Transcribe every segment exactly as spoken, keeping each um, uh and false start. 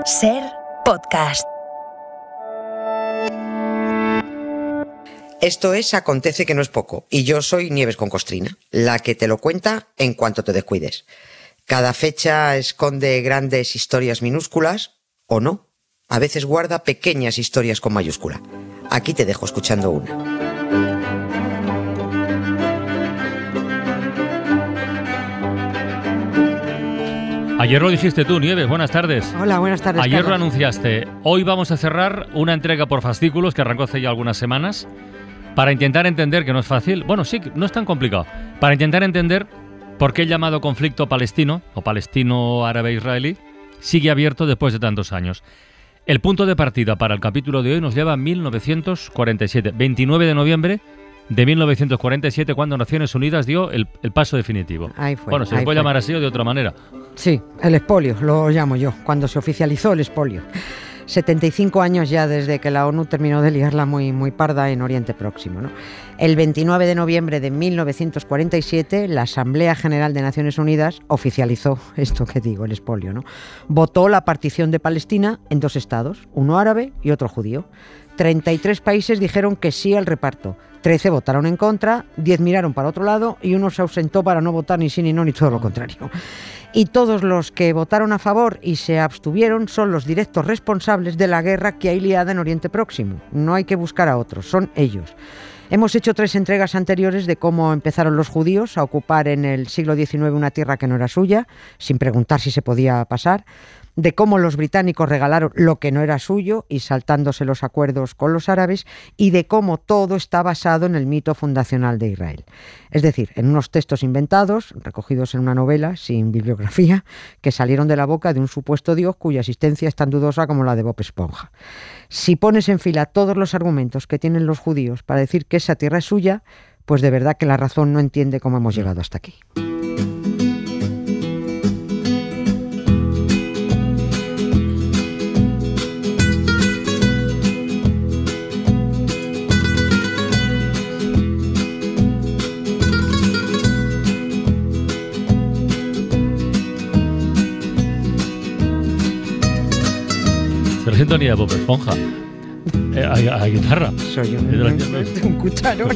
Ser Podcast. Esto es Acontece que no es poco, y yo soy Nieves con Costrina, la que te lo cuenta en cuanto te descuides. Cada fecha esconde grandes historias minúsculas, o no. A veces guarda pequeñas historias con mayúscula. Aquí te dejo escuchando una. Ayer lo dijiste tú, Nieves, buenas tardes. Hola, buenas tardes, Ayer Carlos. lo anunciaste. Hoy vamos a cerrar una entrega por fascículos que arrancó hace ya algunas semanas para intentar entender, que no es fácil, bueno, sí, no es tan complicado, para intentar entender por qué el llamado conflicto palestino, o palestino-árabe-israelí, sigue abierto después de tantos años. El punto de partida para el capítulo de hoy nos lleva a mil novecientos cuarenta y siete, veintinueve de noviembre de mil novecientos cuarenta y siete, cuando Naciones Unidas dio el, el paso definitivo. Ahí fue, bueno, se le ahí puede fue. llamar así o de otra manera. Sí, el expolio, lo llamo yo, cuando se oficializó el expolio. setenta y cinco años ya desde que la ONU terminó de liarla muy, muy parda en Oriente Próximo, ¿no? El veintinueve de noviembre de mil novecientos cuarenta y siete, la Asamblea General de Naciones Unidas oficializó esto que digo, el expolio, ¿no? Votó la partición de Palestina en dos estados, uno árabe y otro judío. treinta y tres países dijeron que sí al reparto, trece votaron en contra, diez miraron para otro lado y uno se ausentó para no votar ni sí ni no ni todo lo contrario. Y todos los que votaron a favor y se abstuvieron son los directos responsables de la guerra que hay liada en Oriente Próximo. No hay que buscar a otros, son ellos. Hemos hecho tres entregas anteriores de cómo empezaron los judíos a ocupar en el siglo diecinueve una tierra que no era suya, sin preguntar si se podía pasar, de cómo los británicos regalaron lo que no era suyo y saltándose los acuerdos con los árabes, y de cómo todo está basado en el mito fundacional de Israel. Es decir, en unos textos inventados, recogidos en una novela sin bibliografía, que salieron de la boca de un supuesto dios cuya existencia es tan dudosa como la de Bob Esponja. Si pones en fila todos los argumentos que tienen los judíos para decir que esa tierra es suya, pues de verdad que la razón no entiende cómo hemos llegado hasta aquí. Se la sintonía de Bob Esponja. Eh, a, a guitarra. Soy un, un, un cucharón.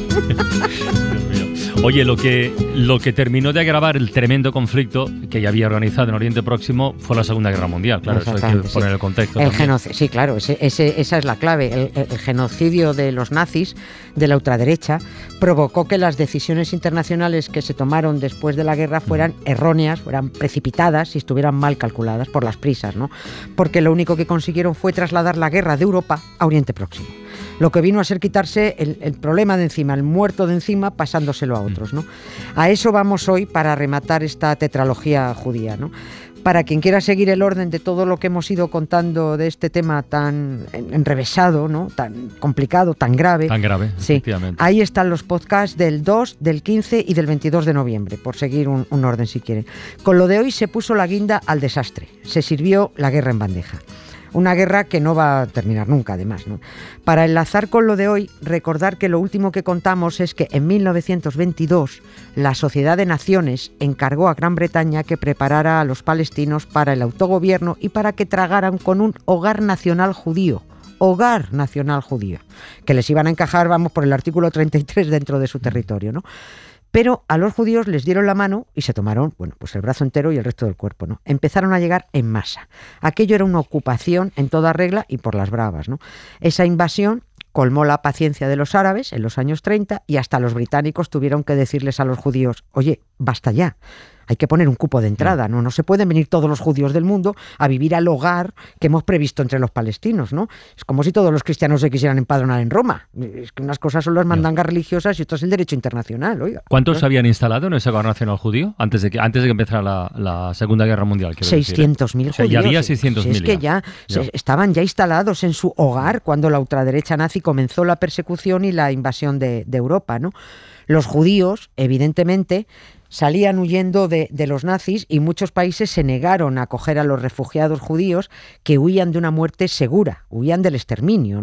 Dios mío. Oye, lo que, lo que terminó de agravar el tremendo conflicto que ya había organizado en Oriente Próximo fue la Segunda Guerra Mundial. Claro, eso hay que poner sí. el contexto. El también. genoc- sí, claro, ese, ese, esa es la clave. El, el genocidio de los nazis, de la ultraderecha, provocó que las decisiones internacionales que se tomaron después de la guerra fueran erróneas, fueran precipitadas y estuvieran mal calculadas por las prisas, ¿no? Porque lo único que consiguieron fue trasladar la guerra de Europa a Oriente Próximo. Lo que vino a ser quitarse el, el problema de encima, el muerto de encima, pasándoselo a otros, ¿no? A eso vamos hoy para rematar esta tetralogía judía, ¿no? Para quien quiera seguir el orden de todo lo que hemos ido contando de este tema tan enrevesado, ¿no? Tan complicado, tan grave. Tan grave, sí. Efectivamente. Ahí están los podcasts del dos, del quince y del veintidós de noviembre, por seguir un, un orden si quieren. Con lo de hoy se puso la guinda al desastre. Se sirvió la guerra en bandeja. Una guerra que no va a terminar nunca, además, ¿no? Para enlazar con lo de hoy, recordar que lo último que contamos es que en mil novecientos veintidós la Sociedad de Naciones encargó a Gran Bretaña que preparara a los palestinos para el autogobierno y para que tragaran con un hogar nacional judío. Hogar nacional judío, que les iban a encajar, vamos, por el artículo treinta y tres dentro de su territorio, ¿no? Pero a los judíos les dieron la mano y se tomaron, bueno, pues el brazo entero y el resto del cuerpo, ¿no? Empezaron a llegar en masa. Aquello era una ocupación en toda regla y por las bravas, ¿no? Esa invasión colmó la paciencia de los árabes en los años treinta y hasta los británicos tuvieron que decirles a los judíos, oye, basta ya. Hay que poner un cupo de entrada, ¿no? No se pueden venir todos los judíos del mundo a vivir al hogar que hemos previsto entre los palestinos, ¿no? Es como si todos los cristianos se quisieran empadronar en Roma. Es que unas cosas son las mandangas religiosas y otras el derecho internacional, oiga. ¿Cuántos ¿no? se habían instalado en ese hogar nacional judío antes de que, antes de que empezara la, la Segunda Guerra Mundial? seiscientos mil o sea, judíos. Ya había seiscientos mil. Si es que ya, ya. Se, estaban ya instalados en su hogar cuando la ultraderecha nazi comenzó la persecución y la invasión de, de Europa, ¿no? Los judíos, evidentemente, salían huyendo de, de los nazis y muchos países se negaron a acoger a los refugiados judíos que huían de una muerte segura, huían del exterminio, ¿no?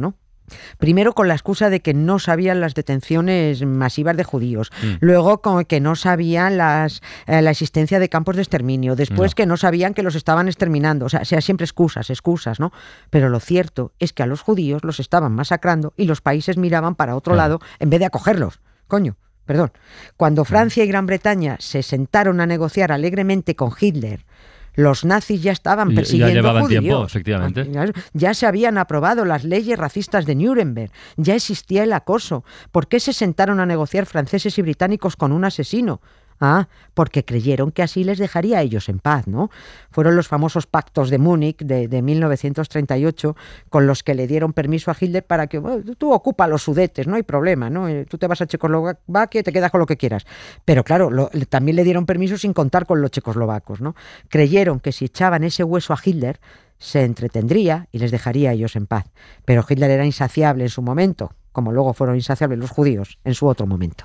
Primero con la excusa de que no sabían las detenciones masivas de judíos, mm. luego con que no sabían las, eh, la existencia de campos de exterminio, después no. que no sabían que los estaban exterminando, o sea, sea siempre excusas, excusas, ¿no? Pero lo cierto es que a los judíos los estaban masacrando y los países miraban para otro claro. lado en vez de acogerlos, coño. Perdón, cuando Francia y Gran Bretaña se sentaron a negociar alegremente con Hitler, los nazis ya estaban persiguiendo ya llevaban judíos. Tiempo, efectivamente. Ya se habían aprobado las leyes racistas de Nuremberg, ya existía el acoso. ¿Por qué se sentaron a negociar franceses y británicos con un asesino? Ah, porque creyeron que así les dejaría a ellos en paz, ¿no? Fueron los famosos pactos de Múnich de, de mil novecientos treinta y ocho con los que le dieron permiso a Hitler para que bueno, tú ocupa los Sudetes, no hay problema, ¿no? Tú te vas a Checoslovaquia y te quedas con lo que quieras. Pero claro, lo, también le dieron permiso sin contar con los checoslovacos, ¿no? Creyeron que si echaban ese hueso a Hitler se entretendría y les dejaría a ellos en paz. Pero Hitler era insaciable en su momento, como luego fueron insaciables los judíos en su otro momento.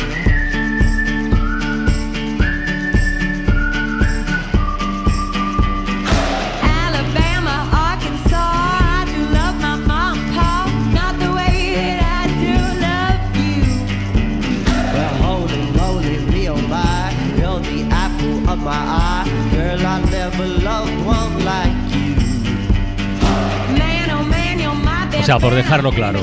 O sea, por dejarlo claro,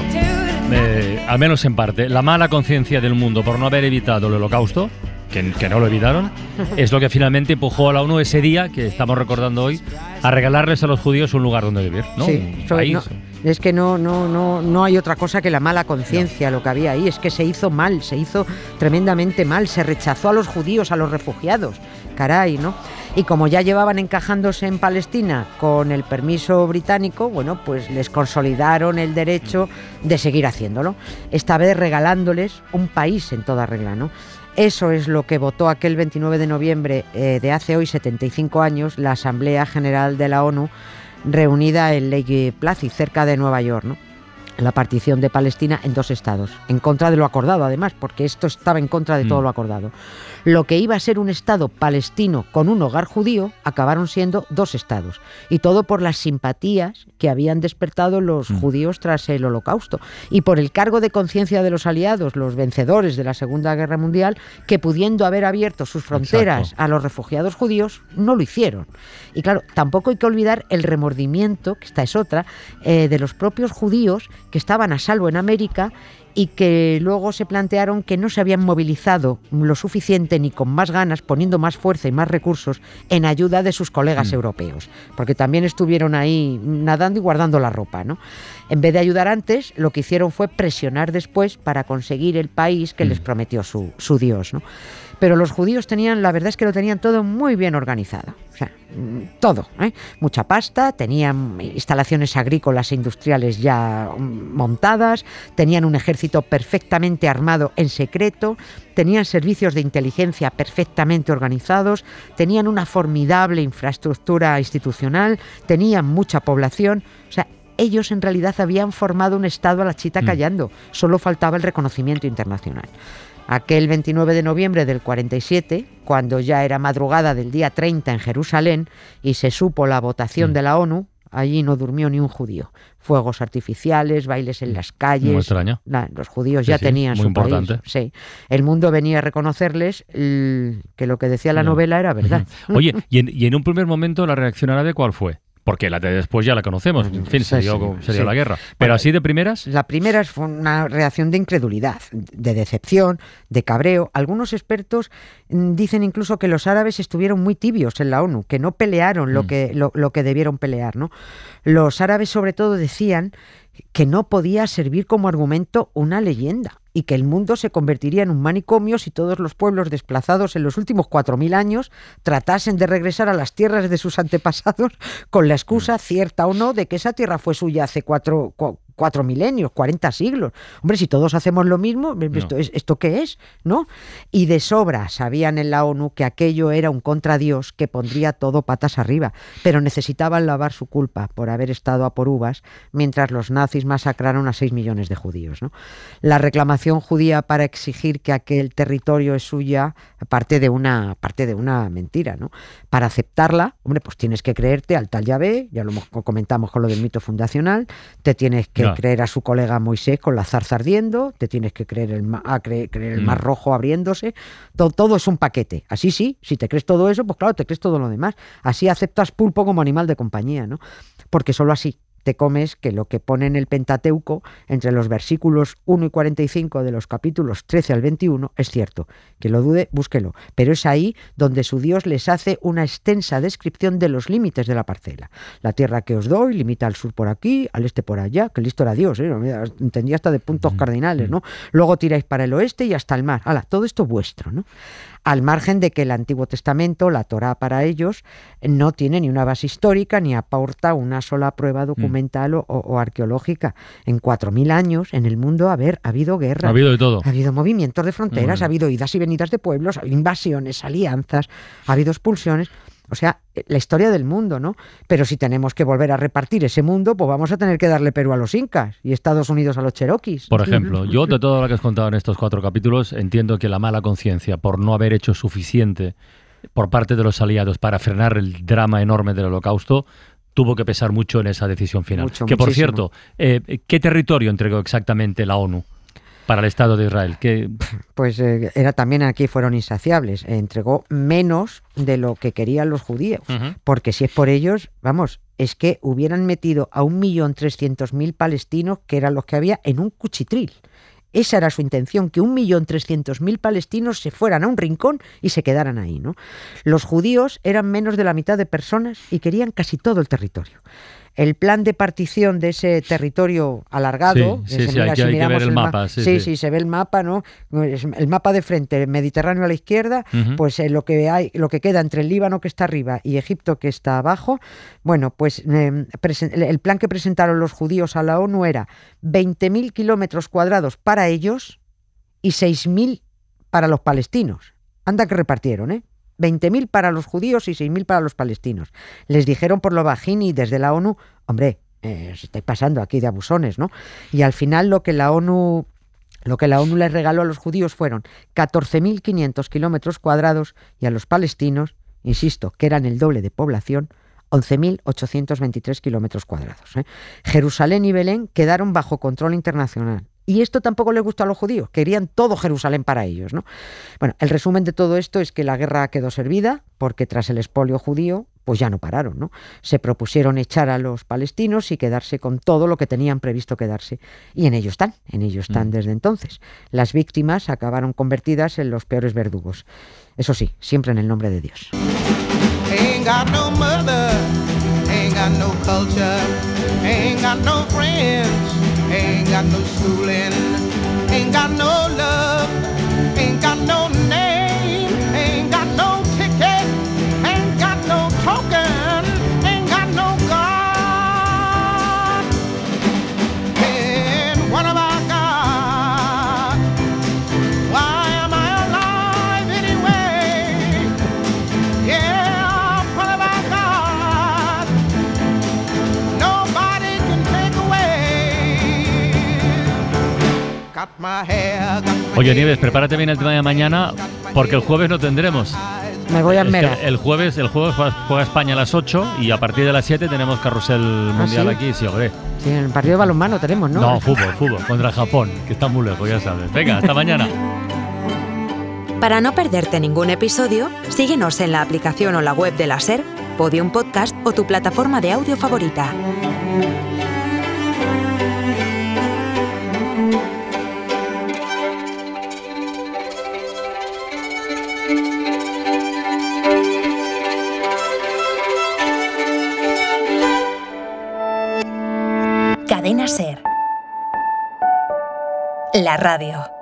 eh, al menos en parte, la mala conciencia del mundo por no haber evitado el Holocausto, que, que no lo evitaron, es lo que finalmente empujó a la ONU ese día, que estamos recordando hoy, a regalarles a los judíos un lugar donde vivir, ¿no? Sí, un país. No, es que no, no, no, no hay otra cosa que la mala conciencia, no. Lo que había ahí, es que se hizo mal, se hizo tremendamente mal, se rechazó a los judíos, a los refugiados, caray, ¿no? Y como ya llevaban encajándose en Palestina con el permiso británico, bueno, pues les consolidaron el derecho de seguir haciéndolo. Esta vez regalándoles un país en toda regla, ¿no? Eso es lo que votó aquel veintinueve de noviembre eh, de hace hoy setenta y cinco años la Asamblea General de la ONU, reunida en Lake Placid, cerca de Nueva York, ¿no? La partición de Palestina en dos estados, en contra de lo acordado además, porque esto estaba en contra de todo lo acordado. Lo que iba a ser un estado palestino con un hogar judío, acabaron siendo dos estados. Y todo por las simpatías que habían despertado los mm. judíos tras el Holocausto. Y por el cargo de conciencia de los aliados, los vencedores de la Segunda Guerra Mundial, que pudiendo haber abierto sus fronteras Exacto. a los refugiados judíos, no lo hicieron. Y claro, tampoco hay que olvidar el remordimiento, que esta es otra, eh, de los propios judíos que estaban a salvo en América y que luego se plantearon que no se habían movilizado lo suficiente ni con más ganas, poniendo más fuerza y más recursos en ayuda de sus colegas mm. europeos, porque también estuvieron ahí nadando y guardando la ropa, ¿no? En vez de ayudar antes, lo que hicieron fue presionar después para conseguir el país que mm. les prometió su, su Dios, ¿no? Pero los judíos tenían, la verdad es que lo tenían todo muy bien organizado. O sea, todo, ¿eh? Mucha pasta, tenían instalaciones agrícolas e industriales ya montadas, tenían un ejército perfectamente armado en secreto, tenían servicios de inteligencia perfectamente organizados, tenían una formidable infraestructura institucional, tenían mucha población. O sea, ellos en realidad habían formado un Estado a la chita callando, solo faltaba el reconocimiento internacional. Aquel veintinueve de noviembre del cuarenta y siete, cuando ya era madrugada del día treinta en Jerusalén y se supo la votación mm. de la ONU, allí no durmió ni un judío. Fuegos artificiales, bailes en las calles. Muy extraño. La, los judíos sí, ya sí, tenían muy su importante. país. Sí. El mundo venía a reconocerles el, que lo que decía la no. novela era verdad. Oye, y en, y en un primer momento la reacción árabe, ¿cuál fue? Porque la de después ya la conocemos, en fin, se dio, se dio sí. la guerra. Pero bueno, así de primeras... La primera fue una reacción de incredulidad, de decepción, de cabreo. Algunos expertos dicen incluso que los árabes estuvieron muy tibios en la ONU, que no pelearon lo, mm. que, lo, lo que debieron pelear, ¿no? Los árabes sobre todo decían que no podía servir como argumento una leyenda y que el mundo se convertiría en un manicomio si todos los pueblos desplazados en los últimos cuatro mil años tratasen de regresar a las tierras de sus antepasados con la excusa, cierta o no, de que esa tierra fue suya hace cuatro... cu- cuatro milenios, cuarenta siglos. Hombre, si todos hacemos lo mismo, ¿esto, no. ¿esto qué es? ¿No? Y de sobra sabían en la ONU que aquello era un contradios que pondría todo patas arriba, pero necesitaban lavar su culpa por haber estado a por uvas mientras los nazis masacraron a seis millones de judíos, ¿no? La reclamación judía para exigir que aquel territorio es suya parte de una, parte de una mentira, ¿no? Para aceptarla, hombre, pues tienes que creerte al tal Yahvé, ya lo comentamos con lo del mito fundacional, te tienes que Ya. que creer a su colega Moisés con la zarza ardiendo, te tienes que creer el, ma- a creer, creer el Mm. mar rojo abriéndose, todo, todo es un paquete. Así sí, si te crees todo eso, pues claro, te crees todo lo demás. Así aceptas pulpo como animal de compañía, ¿no? Porque solo así te comes que lo que pone en el Pentateuco, entre los versículos uno y cuarenta y cinco de los capítulos trece al veintiuno, es cierto. Que lo dude, búsquelo. Pero es ahí donde su Dios les hace una extensa descripción de los límites de la parcela. La tierra que os doy limita al sur por aquí, al este por allá, que listo era Dios, ¿eh? Entendía hasta de puntos cardinales, ¿no? Luego tiráis para el oeste y hasta el mar. ¡Hala! Todo esto vuestro, ¿no? Al margen de que el Antiguo Testamento, la Torá para ellos, no tiene ni una base histórica ni aporta una sola prueba documental o, o arqueológica. En cuatro mil años en el mundo, a ver, ha habido guerra. Ha habido de todo. Ha habido movimientos de fronteras, Mm. ha habido idas y venidas de pueblos, ha habido invasiones, alianzas, ha habido expulsiones. O sea, la historia del mundo, ¿no? Pero si tenemos que volver a repartir ese mundo, pues vamos a tener que darle Perú a los incas y Estados Unidos a los cheroquis. Por ejemplo, yo de todo lo que has contado en estos cuatro capítulos entiendo que la mala conciencia por no haber hecho suficiente por parte de los aliados para frenar el drama enorme del Holocausto tuvo que pesar mucho en esa decisión final. Mucho, que por muchísimo. cierto, eh, ¿qué territorio entregó exactamente la ONU para el Estado de Israel? ¿Qué... Pues eh, era también aquí fueron insaciables. Entregó menos de lo que querían los judíos. Ujú. Porque si es por ellos, vamos, es que hubieran metido a un millón trescientos mil palestinos, que eran los que había, en un cuchitril. Esa era su intención, que un millón trescientos mil palestinos se fueran a un rincón y se quedaran ahí, ¿no? Los judíos eran menos de la mitad de personas y querían casi todo el territorio. El plan de partición de ese territorio alargado, Sí, sí, ese, sí, hay que- si hay que miramos ver el ma- mapa, sí, sí, sí. sí, se ve el mapa, ¿no? Es el mapa de frente, Mediterráneo a la izquierda, Ujú. pues eh, lo que hay, lo que queda entre el Líbano que está arriba y Egipto que está abajo, bueno, pues eh, presen- el plan que presentaron los judíos a la ONU era veinte mil kilómetros cuadrados para ellos y seis mil para los palestinos. Anda que repartieron, ¿eh? veinte mil para los judíos y seis mil para los palestinos. Les dijeron por lo bajín y desde la ONU, hombre, eh, os estáis pasando aquí de abusones, ¿no? Y al final lo que la ONU, lo que la ONU les regaló a los judíos fueron catorce mil quinientos kilómetros cuadrados y a los palestinos, insisto, que eran el doble de población, once mil ochocientos veintitrés kilómetros cuadrados. ¿eh? Jerusalén y Belén quedaron bajo control internacional. Y esto tampoco les gustó a los judíos, querían todo Jerusalén para ellos, ¿no? Bueno, el resumen de todo esto es que la guerra quedó servida, porque tras el expolio judío, pues ya no pararon, ¿no? Se propusieron echar a los palestinos y quedarse con todo lo que tenían previsto quedarse. Y en ello están, en ello están Mm. desde entonces. Las víctimas acabaron convertidas en los peores verdugos. Eso sí, siempre en el nombre de Dios. Ain't got no mother, ain't got no culture, ain't got no friends, ain't got no schooling, ain't got no love, ain't got no name, ain't got no ticket, ain't got no token, ain't got no God. And what have I got? Why am I alive anyway? Yeah, what have I got? Nobody can take away. Got my hair, got my Oye, hair, Nieves, prepárate bien el tema de mañana, porque el jueves no tendremos. Me voy a Es que enmerar. el jueves el jueves juega juega España a las ocho y a partir de las siete tenemos carrusel mundial ¿sí? aquí, sí, hombre. Sí, en el partido de balonmano tenemos, ¿no? No, fútbol, fútbol, contra Japón, que está muy lejos, ya sabes. Venga, hasta mañana. Para no perderte ningún episodio, síguenos en la aplicación o la web de la SER, Podium Podcast o tu plataforma de audio favorita. Cadena SER. La radio.